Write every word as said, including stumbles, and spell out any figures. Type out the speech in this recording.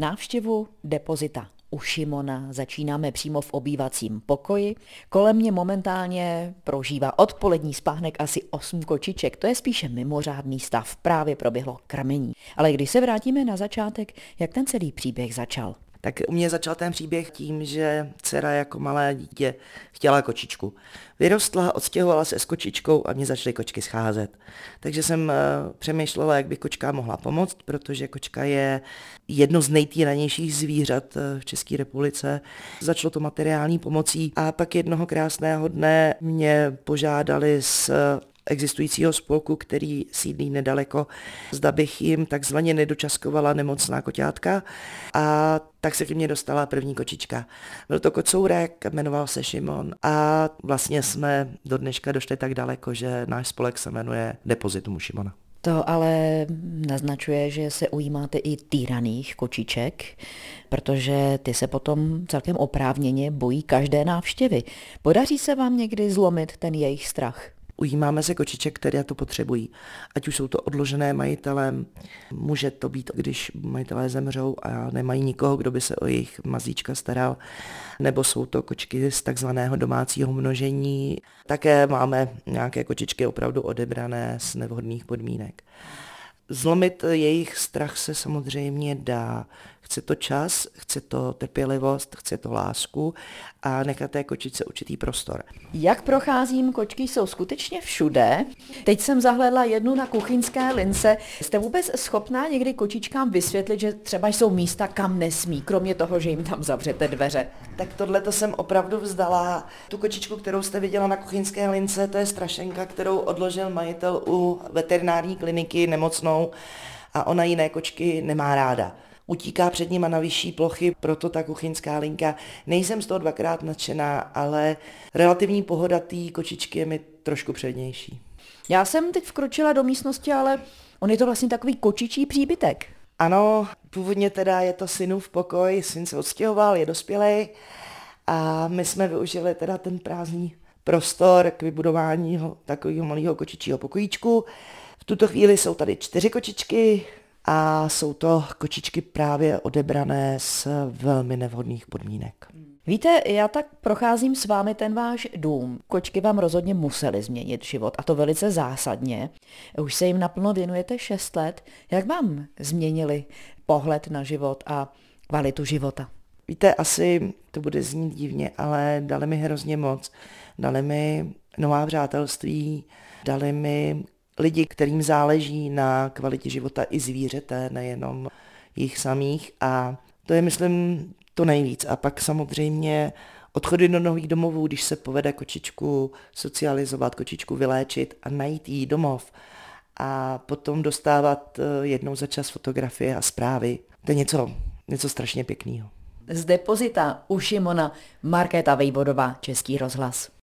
Návštěvu depozita u Šimona začínáme přímo v obývacím pokoji. Kolem mě momentálně prožívá odpolední spánek asi osm kočiček. To je spíše mimořádný stav, právě proběhlo krmení. Ale když se vrátíme na začátek, jak ten celý příběh začal? Tak u mě začal ten příběh tím, že dcera jako malé dítě chtěla kočičku. Vyrostla, odstěhovala se s kočičkou a mě začaly kočky scházet. Takže jsem uh, přemýšlela, jak by kočka mohla pomoct, protože kočka je jedno z nejtýranějších zvířat v České republice. Začalo to materiální pomocí a pak jednoho krásného dne mě požádali z existujícího spolku, který sídlí nedaleko, zda bych jim takzvaně nedočaskovala nemocná koťátka, a tak se k mně dostala první kočička. Byl to kocourek, jmenoval se Šimon a vlastně jsme do dneška došli tak daleko, že náš spolek se jmenuje Depozitum u Šimona. To ale naznačuje, že se ujímáte i týraných kočiček, protože ty se potom celkem oprávněně bojí každé návštěvy. Podaří se vám někdy zlomit ten jejich strach? Ujímáme se kočiček, které to potřebují. Ať už jsou to odložené majitelem, může to být, když majitelé zemřou a nemají nikoho, kdo by se o jejich mazlíčka staral, nebo jsou to kočky z takzvaného domácího množení. Také máme nějaké kočičky opravdu odebrané z nevhodných podmínek. Zlomit jejich strach se samozřejmě dá. Chce to čas, chce to trpělivost, chce to lásku a nechat té kočičce určitý prostor. Jak procházím, kočky jsou skutečně všude. Teď jsem zahlédla jednu na kuchyňské lince. Jste vůbec schopná někdy kočičkám vysvětlit, že třeba jsou místa, kam nesmí, kromě toho, že jim tam zavřete dveře? Tak tohle to jsem opravdu vzdala. Tu kočičku, kterou jste viděla na kuchyňské lince, to je strašenka, kterou odložil majitel u veterinární kliniky nemocnou a ona jiné kočky nemá ráda. Utíká před nima na vyšší plochy, proto ta kuchyňská linka. Nejsem z toho dvakrát nadšená, ale relativní pohoda té kočičky je mi trošku přednější. Já jsem teď vkročila do místnosti, ale on je to vlastně takový kočičí příbytek. Ano, původně teda je to synův pokoj, syn se odstěhoval, je dospělej a my jsme využili teda ten prázdný prostor k vybudování takového malého kočičího pokojíčku. V tuto chvíli jsou tady čtyři kočičky, a jsou to kočičky právě odebrané z velmi nevhodných podmínek. Víte, já tak procházím s vámi ten váš dům. Kočky vám rozhodně musely změnit život, a to velice zásadně. Už se jim naplno věnujete šest let. Jak vám změnili pohled na život a kvalitu života? Víte, asi to bude znít divně, ale dali mi hrozně moc. Dali mi nová přátelství, dali mi lidi, kterým záleží na kvalitě života i zvířete, nejenom jich samých, a to je, myslím, to nejvíc. A pak samozřejmě odchody do nových domovů, když se povede kočičku socializovat, kočičku vyléčit a najít jí domov a potom dostávat jednou za čas fotografie a zprávy. To je něco, něco strašně pěkného. Z Depozita u Šimona Markéta Vejvodová, Český rozhlas.